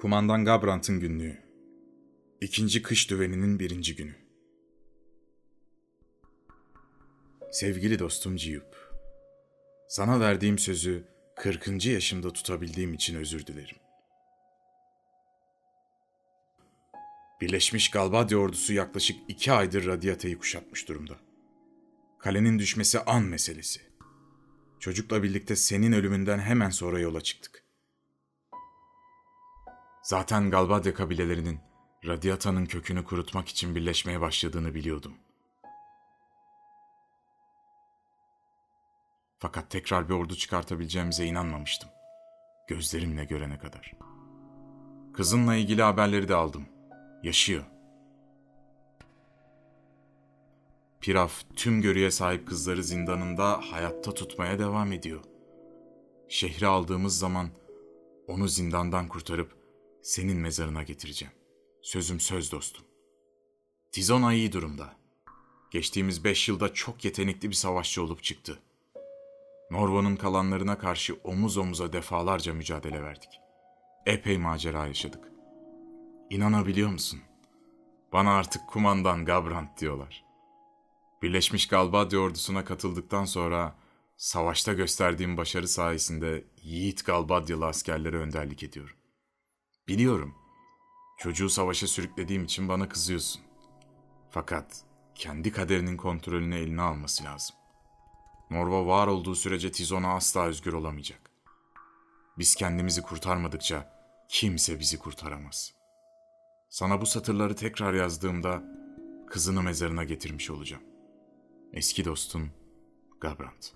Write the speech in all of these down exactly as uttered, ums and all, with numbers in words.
Kumandan Gabrant'ın günlüğü. İkinci kış düveninin birinci günü. Sevgili dostum Ciyup, sana verdiğim sözü kırkıncı yaşımda tutabildiğim için özür dilerim. Birleşmiş Galbadia ordusu yaklaşık iki aydır Radiata'yı kuşatmış durumda. Kalenin düşmesi an meselesi. Çocukla birlikte senin ölümünden hemen sonra yola çıktık. Zaten Galbadia kabilelerinin Radiata'nın kökünü kurutmak için birleşmeye başladığını biliyordum. Fakat tekrar bir ordu çıkartabileceğimize inanmamıştım. Gözlerimle görene kadar. Kızınla ilgili haberleri de aldım. Yaşıyor. Piraf tüm görüye sahip kızları zindanında hayatta tutmaya devam ediyor. Şehri aldığımız zaman onu zindandan kurtarıp senin mezarına getireceğim. Sözüm söz dostum. Tizona iyi durumda. Geçtiğimiz beş yılda çok yetenekli bir savaşçı olup çıktı. Norva'nın kalanlarına karşı omuz omuza defalarca mücadele verdik. Epey macera yaşadık. İnanabiliyor musun? Bana artık kumandan Gabrant diyorlar. Birleşmiş Galbadia ordusuna katıldıktan sonra savaşta gösterdiğim başarı sayesinde yiğit Galbadyalı askerlere önderlik ediyorum. Biliyorum, çocuğu savaşa sürüklediğim için bana kızıyorsun. Fakat kendi kaderinin kontrolünü eline alması lazım. Norva var olduğu sürece Tizona asla özgür olamayacak. Biz kendimizi kurtarmadıkça kimse bizi kurtaramaz. Sana bu satırları tekrar yazdığımda kızını mezarına getirmiş olacağım. Eski dostun Gabrant.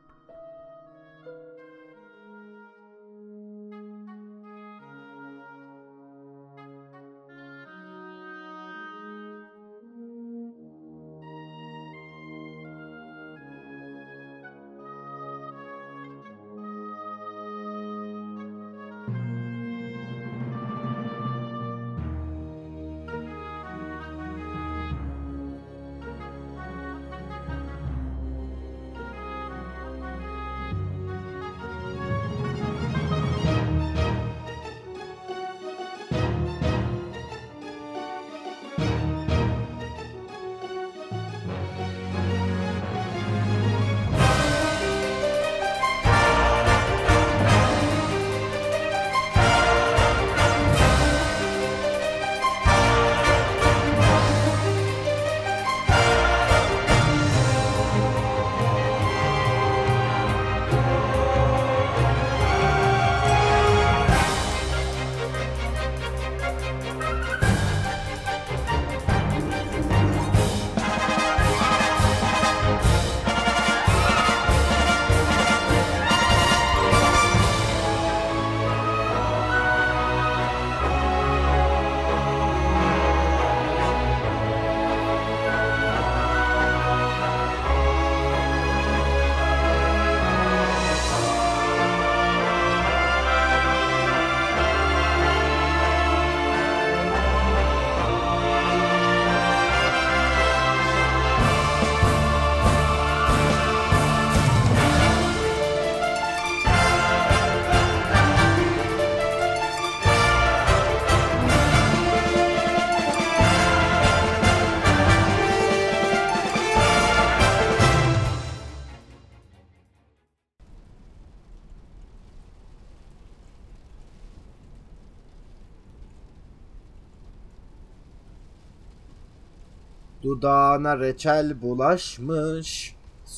Dudağına reçel bulaşmış,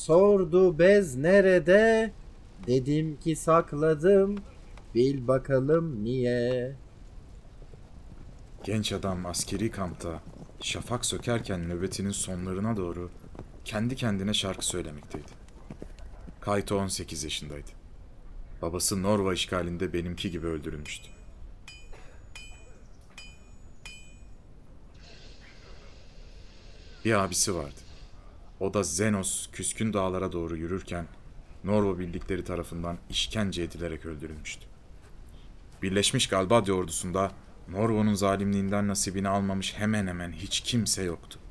sordu bez nerede? Dedim ki sakladım, bil bakalım niye? Genç adam askeri kampta şafak sökerken nöbetinin sonlarına doğru kendi kendine şarkı söylemekteydi. Kaito on sekiz yaşındaydı. Babası Norva işgalinde benimki gibi öldürülmüştü. Bir abisi vardı. O da Zenos küskün dağlara doğru yürürken Norva birlikleri tarafından işkence edilerek öldürülmüştü. Birleşmiş Galbadia ordusunda Norva'nın zalimliğinden nasibini almamış hemen hemen hiç kimse yoktu.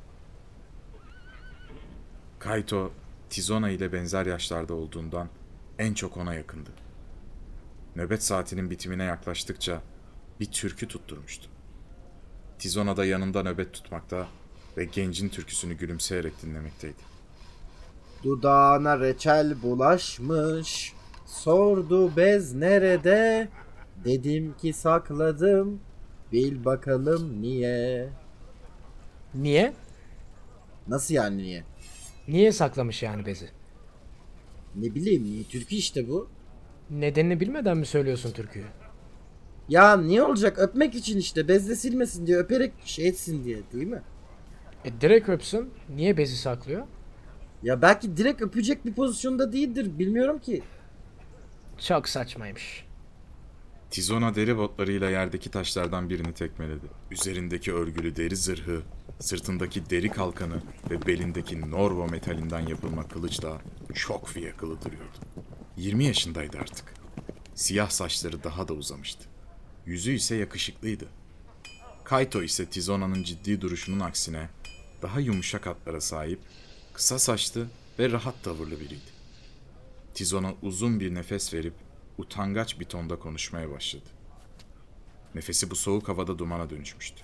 Kaito, Tizona ile benzer yaşlarda olduğundan en çok ona yakındı. Nöbet saatinin bitimine yaklaştıkça bir türkü tutturmuştu. Tizona da yanında nöbet tutmakta ve gencin türküsünü gülümseyerek dinlemekteydi. Dudağına reçel bulaşmış, sordu bez nerede? Dedim ki sakladım, bil bakalım niye? Niye? Nasıl yani niye? Niye saklamış yani bezi? Ne bileyim niye? Türkü işte bu. Nedenini bilmeden mi söylüyorsun türküyü? Ya niye olacak? Öpmek için işte. Bezle silmesin diye, öperek şey etsin diye, değil mi? E direkt öpsün. Niye bezi saklıyor? Ya belki direkt öpecek bir pozisyonda değildir. Bilmiyorum ki. Çok saçmaymış. Tizona deri botlarıyla yerdeki taşlardan birini tekmeledi. Üzerindeki örgülü deri zırhı, sırtındaki deri kalkanı ve belindeki Norvo metalinden yapılma kılıçla çok fiyakalı duruyordu. yirmi yaşındaydı artık. Siyah saçları daha da uzamıştı. Yüzü ise yakışıklıydı. Kaito ise Tizona'nın ciddi duruşunun aksine daha yumuşak hatlara sahip, kısa saçlı ve rahat tavırlı biriydi. Tizona uzun bir nefes verip utangaç bir tonda konuşmaya başladı. Nefesi bu soğuk havada dumana dönüşmüştü.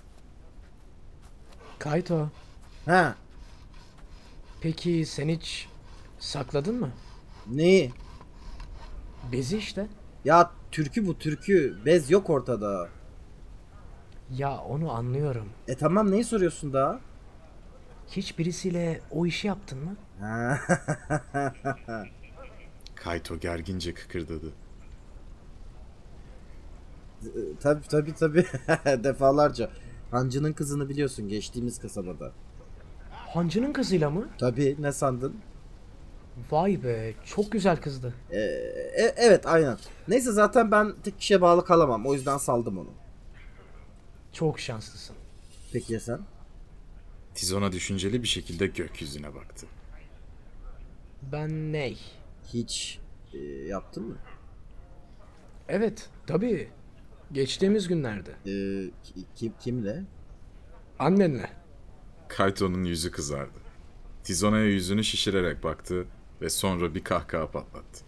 Kaito, Ha, peki sen hiç sakladın mı? neyi? Bezi işte. Ya türkü bu türkü. Bez yok ortada. Ya onu anlıyorum. E tamam, neyi soruyorsun daha? Hiç birisiyle o işi yaptın mı? Ha. Kaito gergince kıkırdadı. Tabii tabii tabii. Defalarca. Hancının kızını biliyorsun, geçtiğimiz kasabada. Hancının kızıyla mı? Tabii, ne sandın? Vay be, çok güzel kızdı. Ee, e- evet aynen. Neyse zaten ben tek kişiye bağlı kalamam. O yüzden saldım onu. Çok şanslısın. Peki ya sen? Tizona düşünceli bir şekilde gökyüzüne baktı. Ben ney? Hiç e, yaptın mı? Evet, tabii. Geçtiğimiz günlerde. Ee, ki- kim, kimle? Annenle. Kaito'nun yüzü kızardı. Tizona'ya yüzünü şişirerek baktı ve sonra bir kahkaha patlattı.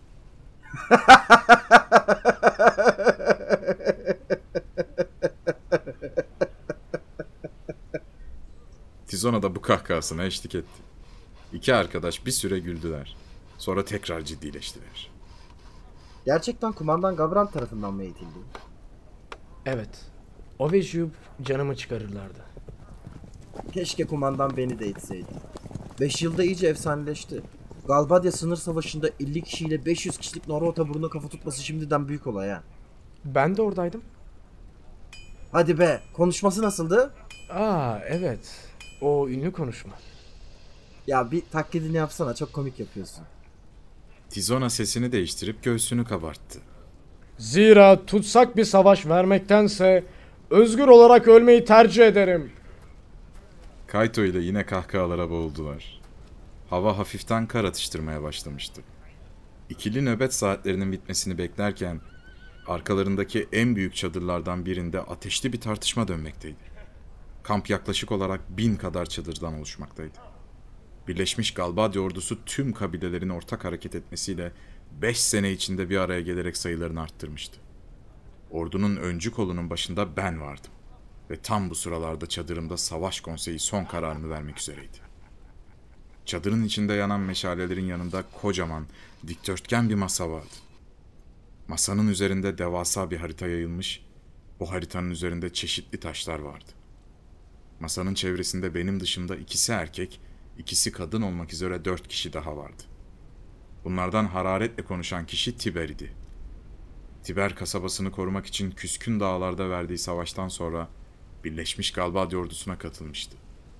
Tizona da bu kahkahasına eşlik etti. İki arkadaş bir süre güldüler. Sonra tekrar ciddileştiler. Gerçekten kumandan Gavran tarafından mı eğitildin? Evet. O ve Jup canımı çıkarırlardı. Keşke kumandan beni de eğitseydi. beş yılda iyice efsaneleşti. Galbadia sınır savaşında elli kişiyle beş yüz kişilik Norvo taburuna kafa tutması şimdiden büyük olay ha. Ben de oradaydım. Hadi be, konuşması nasıldı? Aa evet. O ünlü konuşma. Ya bir taklidini yapsana, çok komik yapıyorsun. Tizona sesini değiştirip göğsünü kabarttı. Zira tutsak bir savaş vermektense özgür olarak ölmeyi tercih ederim. Kaito ile yine kahkahalara boğuldular. Hava hafiften kar atıştırmaya başlamıştı. İkili nöbet saatlerinin bitmesini beklerken arkalarındaki en büyük çadırlardan birinde ateşli bir tartışma dönmekteydi. Kamp yaklaşık olarak bin kadar çadırdan oluşmaktaydı. Birleşmiş Galbadia ordusu tüm kabilelerin ortak hareket etmesiyle beş sene içinde bir araya gelerek sayılarını arttırmıştı. Ordunun öncü kolunun başında ben vardım ve tam bu sıralarda çadırımda savaş konseyi son kararını vermek üzereydi. Çadırın içinde yanan meşalelerin yanında kocaman, dikdörtgen bir masa vardı. Masanın üzerinde devasa bir harita yayılmış, bu haritanın üzerinde çeşitli taşlar vardı. Masanın çevresinde benim dışımda ikisi erkek, ikisi kadın olmak üzere dört kişi daha vardı. Bunlardan hararetle konuşan kişi Tiber idi. Tiber kasabasını korumak için Küskün Dağlar'da verdiği savaştan sonra Birleşmiş Galbadia ordusuna katılmıştı.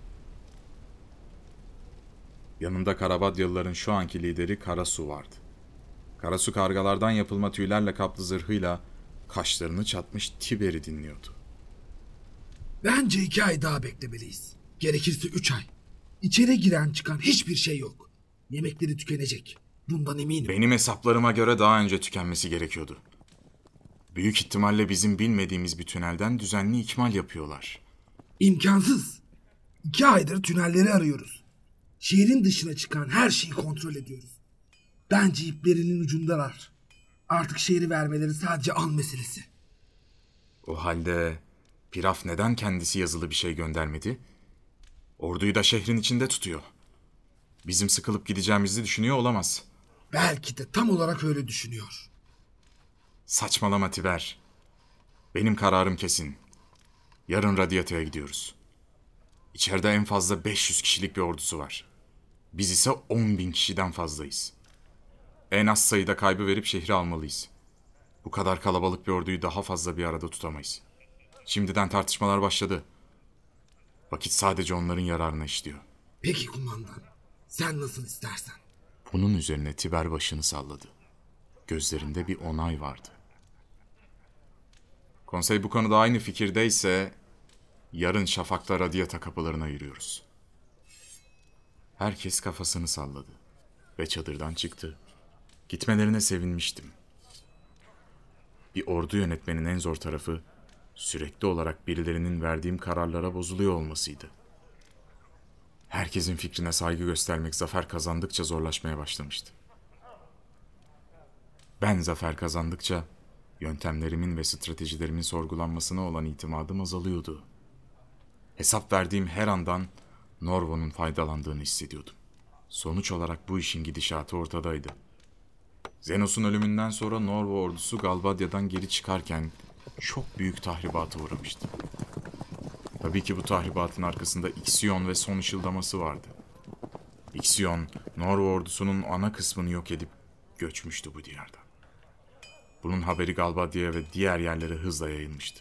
Yanında Karabadyalıların şu anki lideri Karasu vardı. Karasu kargalardan yapılma tüylerle kaplı zırhıyla kaşlarını çatmış Tiber'i dinliyordu. Bence iki ay daha beklemeliyiz. Gerekirse üç ay. İçeri giren çıkan hiçbir şey yok. Yemekleri tükenecek. Bundan eminim. Benim hesaplarıma göre daha önce tükenmesi gerekiyordu. Büyük ihtimalle bizim bilmediğimiz bir tünelden düzenli ikmal yapıyorlar. İmkansız. İki aydır tünelleri arıyoruz. Şehrin dışına çıkan her şeyi kontrol ediyoruz. Bence iplerinin ucundalar. Artık şehri vermeleri sadece an meselesi. O halde Piraf neden kendisi yazılı bir şey göndermedi? Orduyu da şehrin içinde tutuyor. Bizim sıkılıp gideceğimizi düşünüyor olamaz. Belki de tam olarak öyle düşünüyor. Saçmalama Tiber. Benim kararım kesin. Yarın Radyata'ya gidiyoruz. İçeride en fazla beş yüz kişilik bir ordusu var. Biz ise on bin kişiden fazlayız. En az sayıda kaybı verip şehri almalıyız. Bu kadar kalabalık bir orduyu daha fazla bir arada tutamayız. Şimdiden tartışmalar başladı. Vakit sadece onların yararına işliyor. Peki kumandan, sen nasıl istersen. Bunun üzerine Tiber başını salladı. Gözlerinde bir onay vardı. Konsey bu konuda aynı fikirdeyse yarın şafakta Radyata kapılarına yürüyoruz. Herkes kafasını salladı ve çadırdan çıktı. Gitmelerine sevinmiştim. Bir ordu yönetmenin en zor tarafı sürekli olarak birilerinin verdiğim kararlara bozuluyor olmasıydı. Herkesin fikrine saygı göstermek zafer kazandıkça zorlaşmaya başlamıştı. Ben zafer kazandıkça yöntemlerimin ve stratejilerimin sorgulanmasına olan itimadım azalıyordu. Hesap verdiğim her andan Norvo'nun faydalandığını hissediyordum. Sonuç olarak bu işin gidişatı ortadaydı. Zenos'un ölümünden sonra Norvo ordusu Galbadya'dan geri çıkarken çok büyük tahribata uğramıştı. Tabii ki bu tahribatın arkasında Ixion ve son ışıldaması vardı. Ixion, Norvo ordusunun ana kısmını yok edip göçmüştü bu diyardan. Bunun haberi Galbadya'ya ve diğer yerlere hızla yayılmıştı.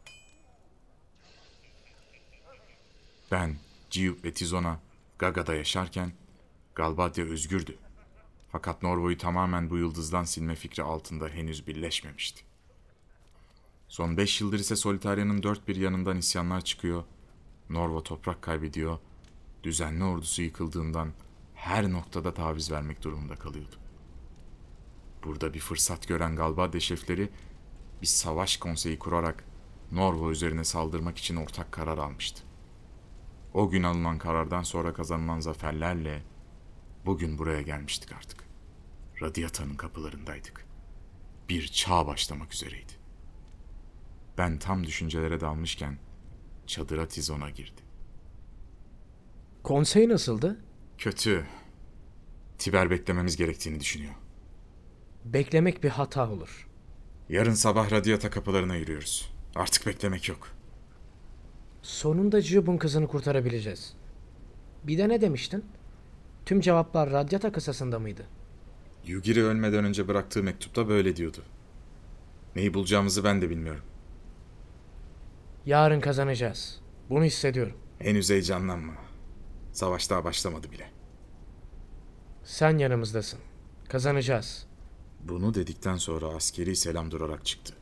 Ben, Giup ve Tizona Gaga'da yaşarken Galbadia özgürdü. Fakat Norvo'yu tamamen bu yıldızdan silme fikri altında henüz birleşmemişti. Son beş yıldır ise Solitaria'nın dört bir yanından isyanlar çıkıyor, Norvo toprak kaybediyor, düzenli ordusu yıkıldığından her noktada taviz vermek durumunda kalıyordu. Burada bir fırsat gören Galbadia şefleri bir savaş konseyi kurarak Norvo üzerine saldırmak için ortak karar almıştı. O gün alınan karardan sonra kazanılan zaferlerle bugün buraya gelmiştik artık. Radyata'nın kapılarındaydık. Bir çağ başlamak üzereydi. Ben tam düşüncelere dalmışken çadıra Tizona girdi. Konsey nasıldı? Kötü. Tiber beklememiz gerektiğini düşünüyor. Beklemek bir hata olur. Yarın sabah Radyata kapılarına yürüyoruz. Artık beklemek yok. Sonunda Jub'un kızını kurtarabileceğiz. Bir de ne demiştin? Tüm cevaplar Radyata kısasında mıydı? Yugiri ölmeden önce bıraktığı mektupta böyle diyordu. Neyi bulacağımızı ben de bilmiyorum. Yarın kazanacağız. Bunu hissediyorum. Henüz heyecanlanma. Savaş daha başlamadı bile. Sen yanımızdasın. Kazanacağız. Bunu dedikten sonra askeri selam durarak çıktı.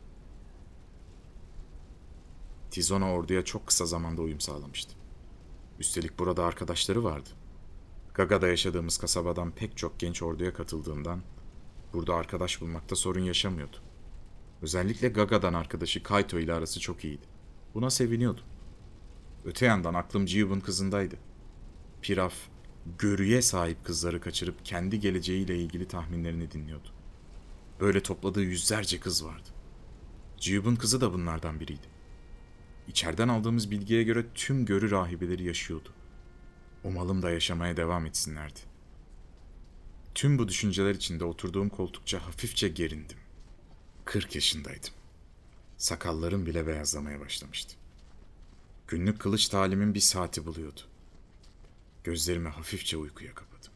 Tizona orduya çok kısa zamanda uyum sağlamıştı. Üstelik burada arkadaşları vardı. Gaga'da yaşadığımız kasabadan pek çok genç orduya katıldığından burada arkadaş bulmakta sorun yaşamıyordu. Özellikle Gaga'dan arkadaşı Kaito ile arası çok iyiydi. Buna seviniyordum. Öte yandan aklım Giub'un kızındaydı. Piraf, görüye sahip kızları kaçırıp kendi geleceğiyle ilgili tahminlerini dinliyordu. Böyle topladığı yüzlerce kız vardı. Giub'un kızı da bunlardan biriydi. İçeriden aldığımız bilgiye göre tüm görü rahibeleri yaşıyordu. Umalım da yaşamaya devam etsinlerdi. Tüm bu düşünceler içinde oturduğum koltukça hafifçe gerindim. Kırk yaşındaydım. Sakallarım bile beyazlamaya başlamıştı. Günlük kılıç talimin bir saati buluyordu. Gözlerimi hafifçe uykuya kapadım.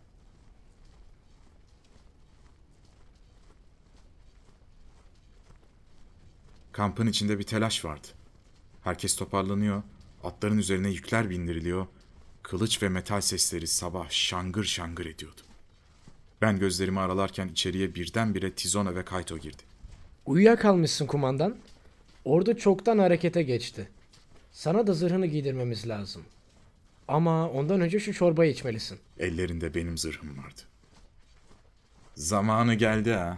Kampın içinde bir telaş vardı. Herkes toparlanıyor, atların üzerine yükler bindiriliyor, kılıç ve metal sesleri sabah şangır şangır ediyordu. Ben gözlerimi aralarken içeriye birdenbire Tizona ve Kaito girdi. Uyuyakalmışsın kumandan. Ordu çoktan harekete geçti. Sana da zırhını giydirmemiz lazım. Ama ondan önce şu çorbayı içmelisin. Ellerinde benim zırhım vardı. Zamanı geldi ha.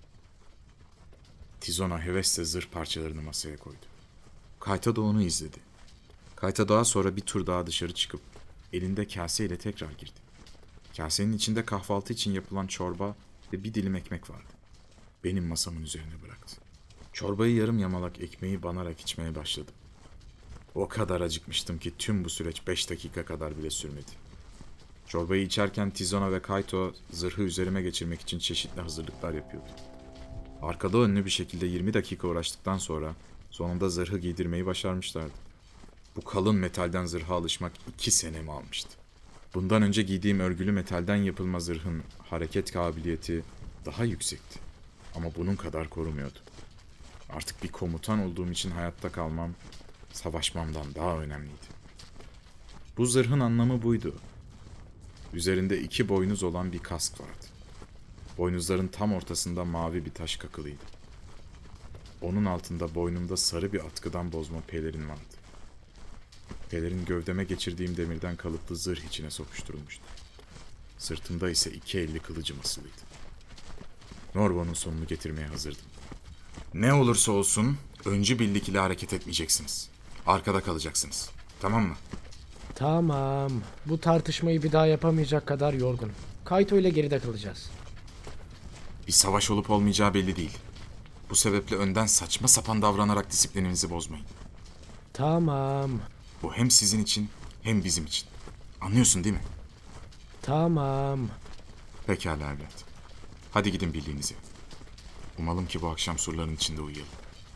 Tizona hevesle zırh parçalarını masaya koydu. Kaito da onu izledi. Kaito daha sonra bir tur daha dışarı çıkıp elinde kaseyle tekrar girdi. Kasenin içinde kahvaltı için yapılan çorba ve bir dilim ekmek vardı. Benim masamın üzerine bıraktı. Çorbayı yarım yamalak ekmeği banarak içmeye başladım. O kadar acıkmıştım ki tüm bu süreç beş dakika kadar bile sürmedi. Çorbayı içerken Tizona ve Kaito zırhı üzerime geçirmek için çeşitli hazırlıklar yapıyordu. Arkada önlü bir şekilde yirmi dakika uğraştıktan sonra sonunda zırhı giydirmeyi başarmışlardı. Bu kalın metalden zırha alışmak iki senemi almıştı. Bundan önce giydiğim örgülü metalden yapılma zırhın hareket kabiliyeti daha yüksekti. Ama bunun kadar korumuyordu. Artık bir komutan olduğum için hayatta kalmam, savaşmamdan daha önemliydi. Bu zırhın anlamı buydu. Üzerinde iki boynuz olan bir kask vardı. Boynuzların tam ortasında mavi bir taş kakılıydı. Onun altında boynumda sarı bir atkıdan bozma pelerin vardı. Pelerin gövdeme geçirdiğim demirden kalıplı zırh içine sokuşturulmuştu. Sırtımda ise iki elli kılıcım asılıydı. Norvo'nun sonunu getirmeye hazırdım. Ne olursa olsun öncü birlik ile hareket etmeyeceksiniz. Arkada kalacaksınız. Tamam mı? Tamam. Bu tartışmayı bir daha yapamayacak kadar yorgunum. Kaito ile geride kalacağız. Bir savaş olup olmayacağı belli değil. Bu sebeple önden saçma sapan davranarak disiplininizi bozmayın. Tamam. Bu hem sizin için hem bizim için. Anlıyorsun değil mi? Tamam. Pekala evlat. Hadi gidin birliğinize. Umalım ki bu akşam surların içinde uyuyalım.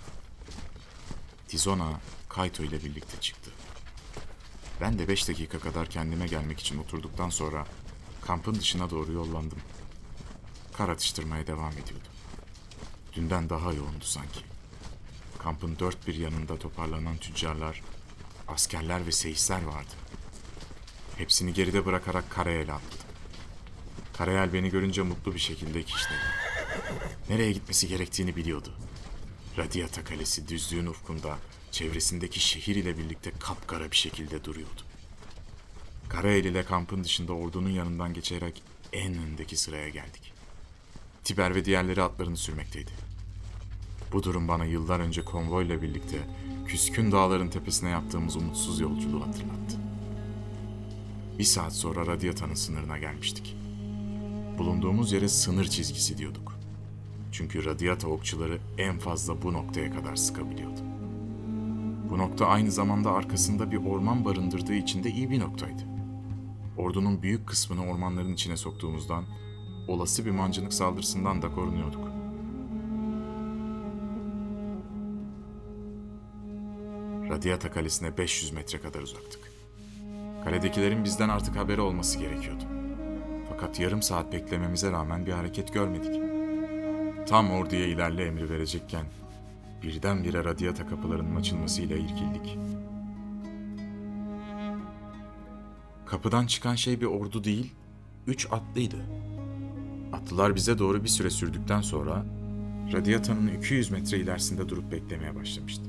Tizona, Kaito ile birlikte çıktı. Ben de beş dakika kadar kendime gelmek için oturduktan sonra kampın dışına doğru yollandım. Kar atıştırmaya devam ediyordum. Dünden daha yoğundu sanki. Kampın dört bir yanında toparlanan tüccarlar, askerler ve seyisler vardı. Hepsini geride bırakarak Karayel'e atladım. Karayel beni görünce mutlu bir şekilde kişnedi. Nereye gitmesi gerektiğini biliyordu. Radiata Kalesi düzlüğün ufkunda, çevresindeki şehir ile birlikte kapkara bir şekilde duruyordu. Karayel ile kampın dışında ordunun yanından geçerek en öndeki sıraya geldik. Tiber ve diğerleri atlarını sürmekteydi. Bu durum bana yıllar önce konvoyla birlikte Küskün Dağların tepesine yaptığımız umutsuz yolculuğu hatırlattı. Bir saat sonra Radiata'nın sınırına gelmiştik. Bulunduğumuz yere sınır çizgisi diyorduk. Çünkü Radiata okçuları en fazla bu noktaya kadar sıkabiliyordu. Bu nokta aynı zamanda arkasında bir orman barındırdığı için de iyi bir noktaydı. Ordunun büyük kısmını ormanların içine soktuğumuzdan, olası bir mancınık saldırısından da korunuyorduk. Radiata Kalesi'ne beş yüz metre kadar uzaktık. Kaledekilerin bizden artık haberi olması gerekiyordu. Fakat yarım saat beklememize rağmen bir hareket görmedik. Tam orduya ilerle emri verecekken birdenbire Radiata kapılarının açılmasıyla irkildik. Kapıdan çıkan şey bir ordu değil, üç atlıydı. Atlılar bize doğru bir süre sürdükten sonra Radiata'nın iki yüz metre ilerisinde durup beklemeye başlamıştı.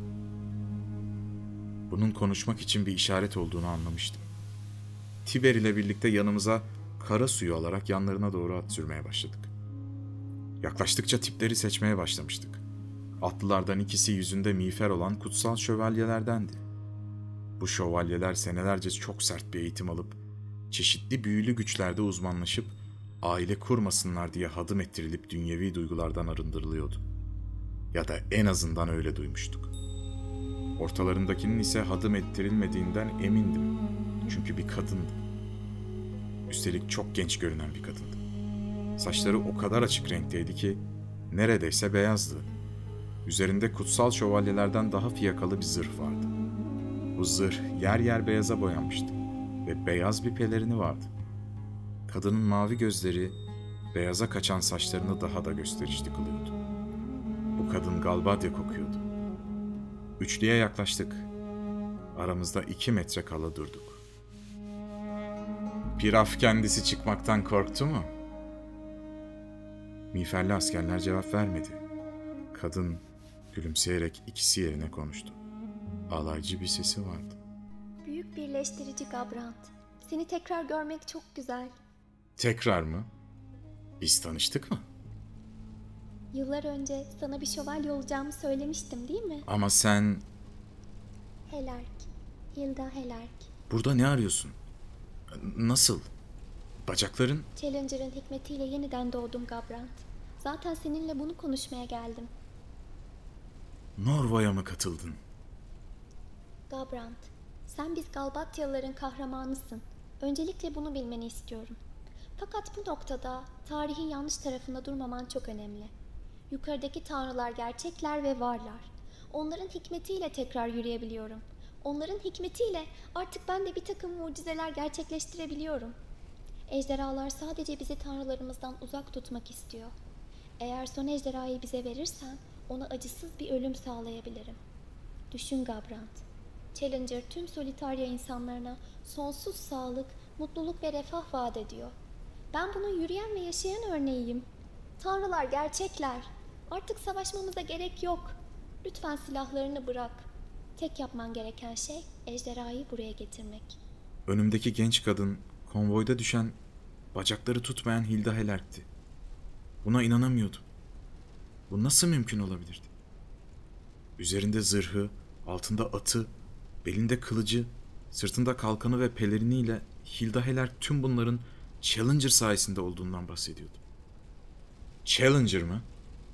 Bunun konuşmak için bir işaret olduğunu anlamıştım. Tiber ile birlikte yanımıza kara suyu alarak yanlarına doğru at sürmeye başladık. Yaklaştıkça tipleri seçmeye başlamıştık. Atlılardan ikisi yüzünde miğfer olan kutsal şövalyelerdendi. Bu şövalyeler senelerce çok sert bir eğitim alıp, çeşitli büyülü güçlerde uzmanlaşıp, aile kurmasınlar diye hadım ettirilip dünyevi duygulardan arındırılıyordu. Ya da en azından öyle duymuştuk. Ortalarındakinin ise hadım ettirilmediğinden emindim. Çünkü bir kadındı. Üstelik çok genç görünen bir kadındı. Saçları o kadar açık renkteydi ki neredeyse beyazdı. Üzerinde kutsal şövalyelerden daha fiyakalı bir zırh vardı. Bu zırh yer yer beyaza boyanmıştı ve beyaz bir pelerini vardı. Kadının mavi gözleri beyaza kaçan saçlarını daha da gösterişli kılıyordu. Bu kadın Galbadia kokuyordu. Üçlüye yaklaştık. Aramızda iki metre kala durduk. Piraf kendisi çıkmaktan korktu mu? Miğferli askerler cevap vermedi. Kadın gülümseyerek ikisi yerine konuştu. Alaycı bir sesi vardı. Büyük birleştirici Gabrant. Seni tekrar görmek çok güzel. Tekrar mı? Biz tanıştık mı? Yıllar önce sana bir şövalye olacağımı söylemiştim değil mi? Ama sen Helark. Hilda Helark. burada ne arıyorsun? Nasıl? Bacakların? Challenger'ın hikmetiyle yeniden doğdum Gabrant. Zaten seninle bunu konuşmaya geldim. Norva'ya mı katıldın? Gabrant, sen biz Galbatyalıların kahramanısın. Öncelikle bunu bilmeni istiyorum. Fakat bu noktada tarihin yanlış tarafında durmaman çok önemli. Yukarıdaki tanrılar gerçekler ve varlar. Onların hikmetiyle tekrar yürüyebiliyorum. Onların hikmetiyle artık ben de bir takım mucizeler gerçekleştirebiliyorum. Ejderhalar sadece bizi tanrılarımızdan uzak tutmak istiyor. Eğer son ejderhayı bize verirsen ona acısız bir ölüm sağlayabilirim. Düşün Gabrant. Challenger tüm Solitarya insanlarına sonsuz sağlık, mutluluk ve refah vaat ediyor. Ben bunun yürüyen ve yaşayan örneğiyim. Tanrılar gerçekler. Artık savaşmamıza gerek yok. Lütfen silahlarını bırak. Tek yapman gereken şey ejderhayı buraya getirmek. Önümdeki genç kadın konvoyda düşen, bacakları tutmayan Hilda Helerk'ti. Buna inanamıyordum. Bu nasıl mümkün olabilirdi? Üzerinde zırhı, altında atı, belinde kılıcı, sırtında kalkanı ve peleriniyle Hilda Helerk tüm bunların Challenger sayesinde olduğundan bahsediyordu. Challenger mı?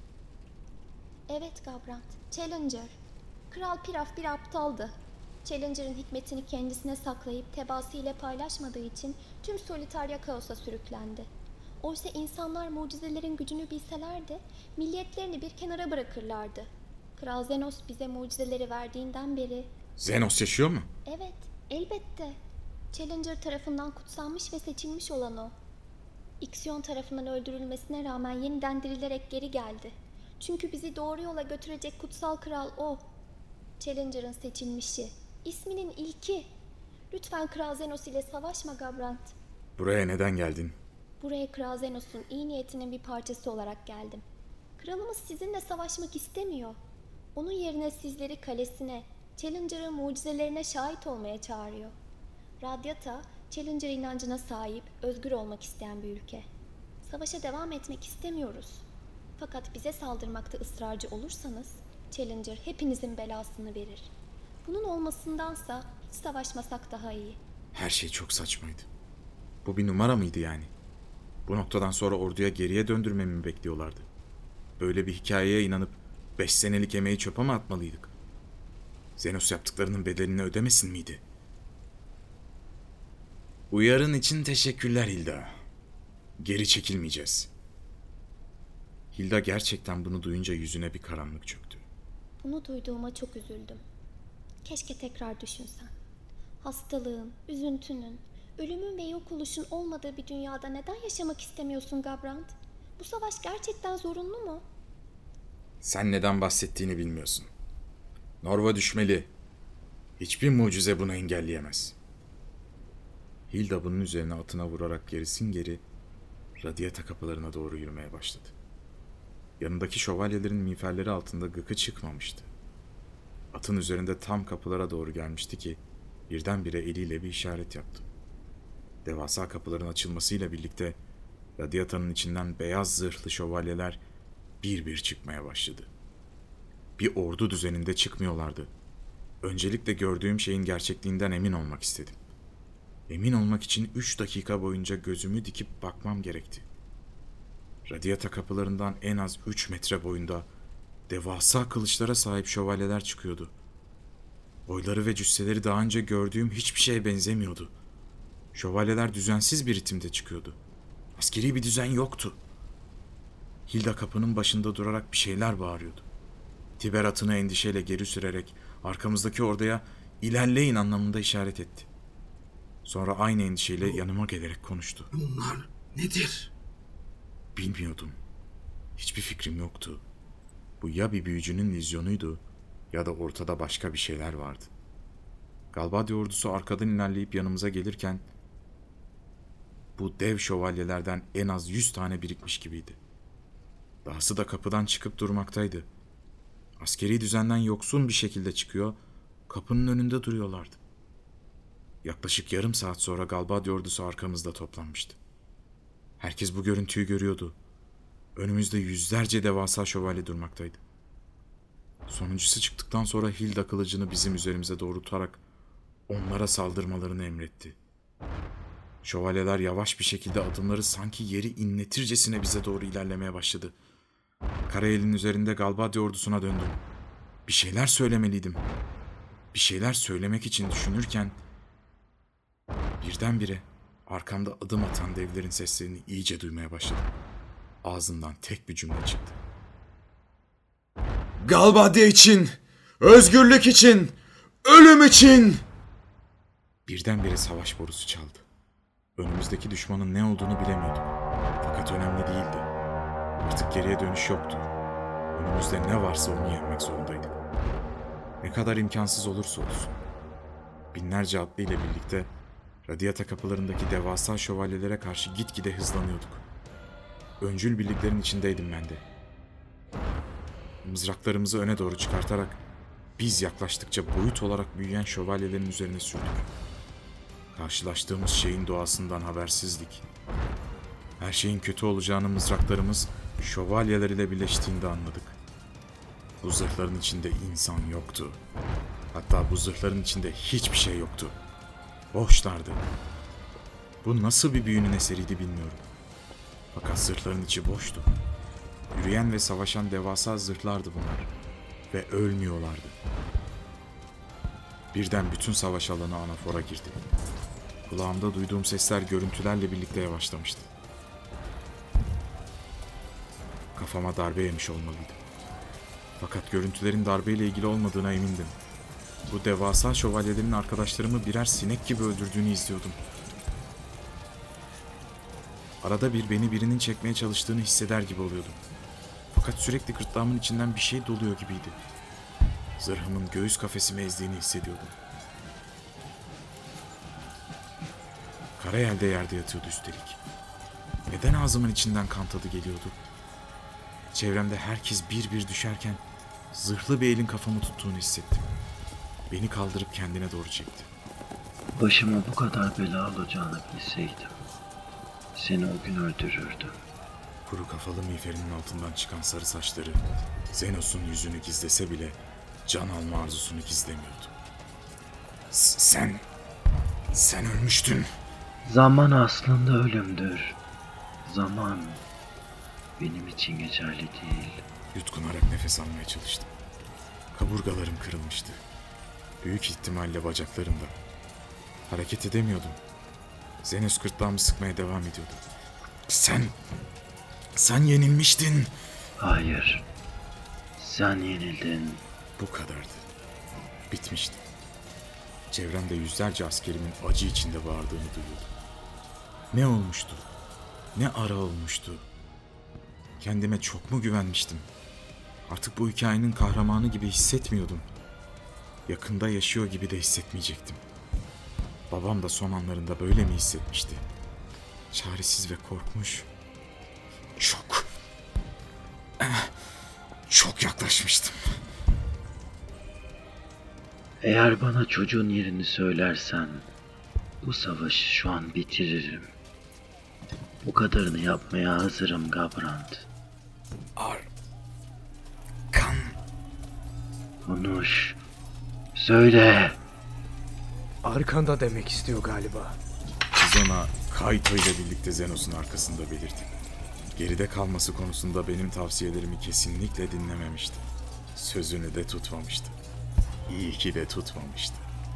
Evet Gabrant, Challenger. Kral Piraf bir aptaldı. Challenger'ın hikmetini kendisine saklayıp tebaasıyla paylaşmadığı için tüm Solitarya kaosa sürüklendi. Oysa insanlar mucizelerin gücünü bilselerdi, milliyetlerini bir kenara bırakırlardı. Kral Zenos bize mucizeleri verdiğinden beri... Zenos yaşıyor mu? Evet, elbette. Challenger tarafından kutsanmış ve seçilmiş olan o. Ixion tarafından öldürülmesine rağmen yeniden dirilerek geri geldi. Çünkü bizi doğru yola götürecek kutsal kral o. Challenger'ın seçilmişi, isminin ilki. Lütfen Kral Zenos ile savaşma Gabrant. Buraya neden geldin? Buraya Kral Zenos'un iyi niyetinin bir parçası olarak geldim. Kralımız sizinle savaşmak istemiyor. Onun yerine sizleri kalesine, Challenger'ın mucizelerine şahit olmaya çağırıyor. Radyata, Challenger inancına sahip, özgür olmak isteyen bir ülke. Savaşa devam etmek istemiyoruz. Fakat bize saldırmakta ısrarcı olursanız, Challenger hepinizin belasını verir. Bunun olmasındansa hiç savaşmasak daha iyi. Her şey çok saçmaydı. Bu bir numara mıydı yani? Bu noktadan sonra orduya geriye döndürmemi mi bekliyorlardı? Böyle bir hikayeye inanıp beş senelik emeği çöpe mi atmalıydık? Zenos yaptıklarının bedelini ödemesin miydi? Uyarın için teşekkürler Hilda. Geri çekilmeyeceğiz. Hilda gerçekten bunu duyunca yüzüne bir karanlık çöktü. Bunu duyduğuma çok üzüldüm. Keşke tekrar düşünsen. Hastalığın, üzüntünün, ölümün ve yok oluşun olmadığı bir dünyada neden yaşamak istemiyorsun Gabrant? Bu savaş gerçekten zorunlu mu? Sen neden bahsettiğini bilmiyorsun. Norva düşmeli. Hiçbir mucize bunu engelleyemez. Hilda bunun üzerine atına vurarak gerisin geri radyata kapılarına doğru yürümeye başladı. Yanındaki şövalyelerin miğferleri altında gıkı çıkmamıştı. Atın üzerinde tam kapılara doğru gelmişti ki birdenbire eliyle bir işaret yaptı. Devasa kapıların açılmasıyla birlikte radyatanın içinden beyaz zırhlı şövalyeler bir bir çıkmaya başladı. Bir ordu düzeninde çıkmıyorlardı. Öncelikle gördüğüm şeyin gerçekliğinden emin olmak istedim. Emin olmak için üç dakika boyunca gözümü dikip bakmam gerekti. Radyata kapılarından en az üç metre boyunda devasa kılıçlara sahip şövalyeler çıkıyordu. Boyları ve cüsseleri daha önce gördüğüm hiçbir şeye benzemiyordu. Şövalyeler düzensiz bir ritimde çıkıyordu. Askeri bir düzen yoktu. Hilda kapının başında durarak bir şeyler bağırıyordu. Tiber atını endişeyle geri sürerek arkamızdaki orduya ilerleyin anlamında işaret etti. Sonra aynı endişeyle yanıma gelerek konuştu. Bunlar nedir? Bilmiyordum. Hiçbir fikrim yoktu. Bu ya bir büyücünün vizyonuydu ya da ortada başka bir şeyler vardı. Galbadia ordusu arkadan ilerleyip yanımıza gelirken bu dev şövalyelerden en az yüz tane birikmiş gibiydi. Dahası da kapıdan çıkıp durmaktaydı. Askeri düzenden yoksun bir şekilde çıkıyor, kapının önünde duruyorlardı. Yaklaşık yarım saat sonra Galbadia ordusu arkamızda toplanmıştı. Herkes bu görüntüyü görüyordu. Önümüzde yüzlerce devasa şövalye durmaktaydı. Sonuncusu çıktıktan sonra Hilda kılıcını bizim üzerimize doğrultarak onlara saldırmalarını emretti. Şövalyeler yavaş bir şekilde adımları sanki yeri inletircesine bize doğru ilerlemeye başladı. Karayel'in üzerinde Galbadia ordusuna döndüm. Bir şeyler söylemeliydim. Bir şeyler söylemek için düşünürken birdenbire arkamda adım atan devlerin seslerini iyice duymaya başladım. Ağzından tek bir cümle çıktı. Galbadia için, özgürlük için, ölüm için. Birdenbire savaş borusu çaldı. Önümüzdeki düşmanın ne olduğunu bilemiyordum. Fakat önemli değildi. Artık geriye dönüş yoktu. Önümüzde ne varsa onu yenmek zorundaydık. Ne kadar imkansız olursa olsun. Binlerce atlı ile birlikte Radyata kapılarındaki devasa şövalyelere karşı gitgide hızlanıyorduk. Öncül birliklerin içindeydim ben de. Mızraklarımızı öne doğru çıkartarak biz yaklaştıkça boyut olarak büyüyen şövalyelerin üzerine sürdük. Karşılaştığımız şeyin doğasından habersizdik. Her şeyin kötü olacağını mızraklarımız şövalyeler ile birleştiğinde anladık. Bu zırhların içinde insan yoktu. Hatta bu zırhların içinde hiçbir şey yoktu. Boşlardı. Bu nasıl bir büyünün eseriydi bilmiyorum. Fakat zırhların içi boştu. Yürüyen ve savaşan devasa zırhlardı bunlar. Ve ölmüyorlardı. Birden bütün savaş alanı anafora girdi. Kulağımda duyduğum sesler görüntülerle birlikte yavaşlamıştı. Kafama darbe yemiş olmalıydım. Fakat görüntülerin darbeyle ilgili olmadığına emindim. Bu devasa şövalyelerin arkadaşlarımı birer sinek gibi öldürdüğünü izliyordum. Arada bir beni birinin çekmeye çalıştığını hisseder gibi oluyordum. Fakat sürekli gırtlağımın içinden bir şey doluyor gibiydi. Zırhımın göğüs kafesimi ezdiğini hissediyordum. Karayel de yerde yatıyordu üstelik. Neden ağzımın içinden kan tadı geliyordu? Çevremde herkes bir bir düşerken zırhlı bir elin kafamı tuttuğunu hissettim. Beni kaldırıp kendine doğru çekti. Başıma bu kadar bela olacağını bilseydim seni o gün öldürürdüm. Kuru kafalı miğferinin altından çıkan sarı saçları Zenos'un yüzünü gizlese bile can alma arzusunu gizlemiyordu. S- sen, sen ölmüştün. Zaman aslında ölümdür. Zaman benim için geçerli değil. Yutkunarak nefes almaya çalıştım. Kaburgalarım kırılmıştı. Büyük ihtimalle bacaklarım da. Hareket edemiyordum. Zenos gırtlağımı sıkmaya devam ediyordu. Sen, sen yenilmiştin. Hayır, sen yenildin. Bu kadardı. Bitmişti. Çevremde yüzlerce askerimin acı içinde bağırdığını duyuyordum. Ne olmuştu? Ne ara olmuştu? Kendime çok mu güvenmiştim? Artık bu hikayenin kahramanı gibi hissetmiyordum. Yakında yaşıyor gibi de hissetmeyecektim. Babam da son anlarında böyle mi hissetmişti? Çaresiz ve korkmuş. Çok, çok yaklaşmıştım. Eğer bana çocuğun yerini söylersen bu savaşı şu an bitiririm. Bu kadarını yapmaya hazırım Gabrand. Ar... Kan... Konuş. Söyle. Arkanda demek istiyor galiba. Tizona Kaito ile birlikte Zenos'un arkasında belirdi. Geride kalması konusunda benim tavsiyelerimi kesinlikle dinlememişti. Sözünü de tutmamıştı. İyi ki de tutmamıştı.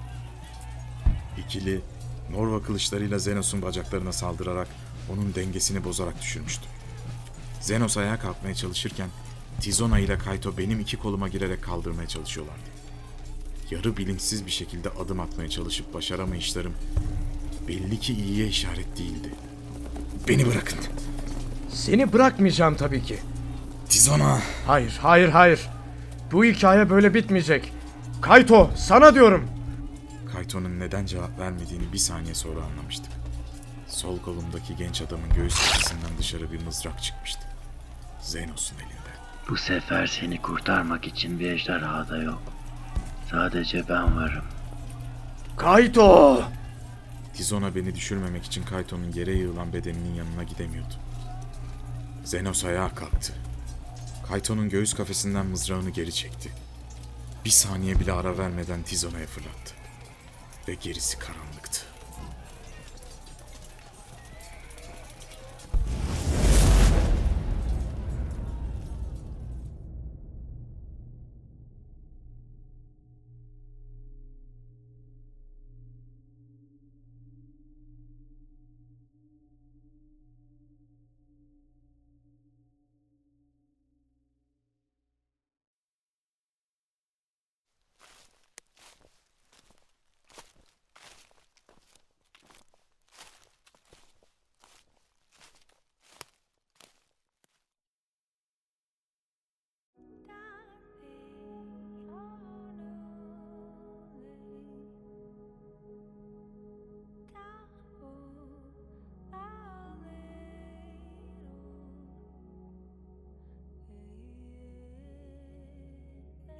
İkili, Norva kılıçlarıyla Zenos'un bacaklarına saldırarak onun dengesini bozarak düşürmüştü. Zenos ayağa kalkmaya çalışırken Tizona ile Kaito benim iki koluma girerek kaldırmaya çalışıyorlardı. Yarı bilinçsiz bir şekilde adım atmaya çalışıp başaramayışlarım belli ki iyiye işaret değildi. Beni bırakın. Seni bırakmayacağım tabii ki. Tizona. Hayır, hayır, hayır. Bu hikaye böyle bitmeyecek. Kaito, sana diyorum. Kaito'nun neden cevap vermediğini bir saniye sonra anlamıştık. Sol kolumdaki genç adamın göğüs kafesinden dışarı bir mızrak çıkmıştı. Zenos'un elinde. Bu sefer seni kurtarmak için bir ejderha da yok. Sadece ben varım. Kaito! Tizona beni düşürmemek için Kaito'nun yere yığılan bedeninin yanına gidemiyordu. Zenos ayağa kalktı. Kaito'nun göğüs kafesinden mızrağını geri çekti. Bir saniye bile ara vermeden Tizona'ya fırlattı. Ve gerisi karanlıktı.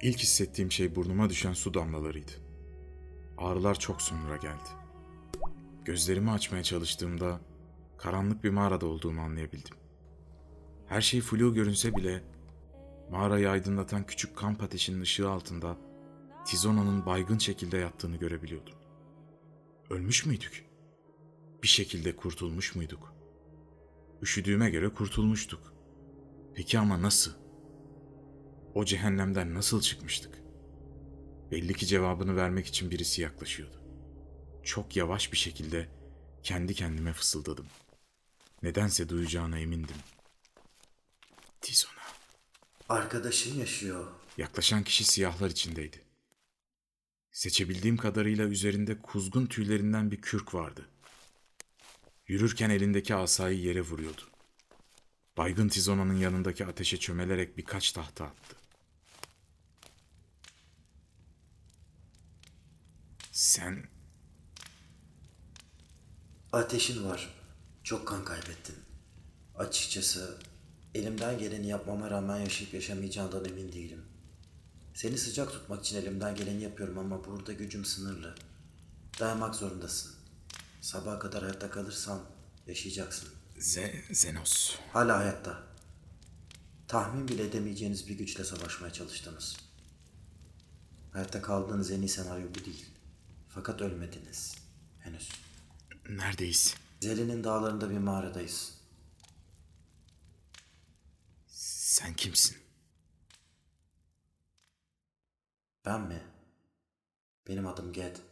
İlk hissettiğim şey burnuma düşen su damlalarıydı. Ağrılar çok sonra geldi. Gözlerimi açmaya çalıştığımda karanlık bir mağarada olduğumu anlayabildim. Her şey flu görünse bile mağarayı aydınlatan küçük kamp ateşinin ışığı altında Tizona'nın baygın şekilde yattığını görebiliyordum. Ölmüş müydük? Bir şekilde kurtulmuş muyduk? Üşüdüğüme göre kurtulmuştuk. Peki ama nasıl? O cehennemden nasıl çıkmıştık? Belli ki cevabını vermek için birisi yaklaşıyordu. Çok yavaş bir şekilde kendi kendime fısıldadım. Nedense duyacağına emindim. Tizona. Arkadaşın yaşıyor. Yaklaşan kişi siyahlar içindeydi. Seçebildiğim kadarıyla üzerinde kuzgun tüylerinden bir kürk vardı. Yürürken elindeki asayı yere vuruyordu. Baygın Tizona'nın yanındaki ateşe çömelerek birkaç tahta attı. Sen... Ateşin var. Çok kan kaybettin. Açıkçası elimden geleni yapmama rağmen yaşayıp yaşamayacağından emin değilim. Seni sıcak tutmak için elimden geleni yapıyorum ama burada gücüm sınırlı. Dayanmak zorundasın. Sabaha kadar hayatta kalırsan yaşayacaksın. Ze Zenos. Hala hayatta. Tahmin bile edemeyeceğiniz bir güçle savaşmaya çalıştınız. Hayatta kaldığınız en iyi senaryo bu değil. Fakat ölmediniz. Henüz. Neredeyiz? Zeli'nin dağlarında bir mağaradayız. Sen kimsin? Ben mi? Benim adım Ged.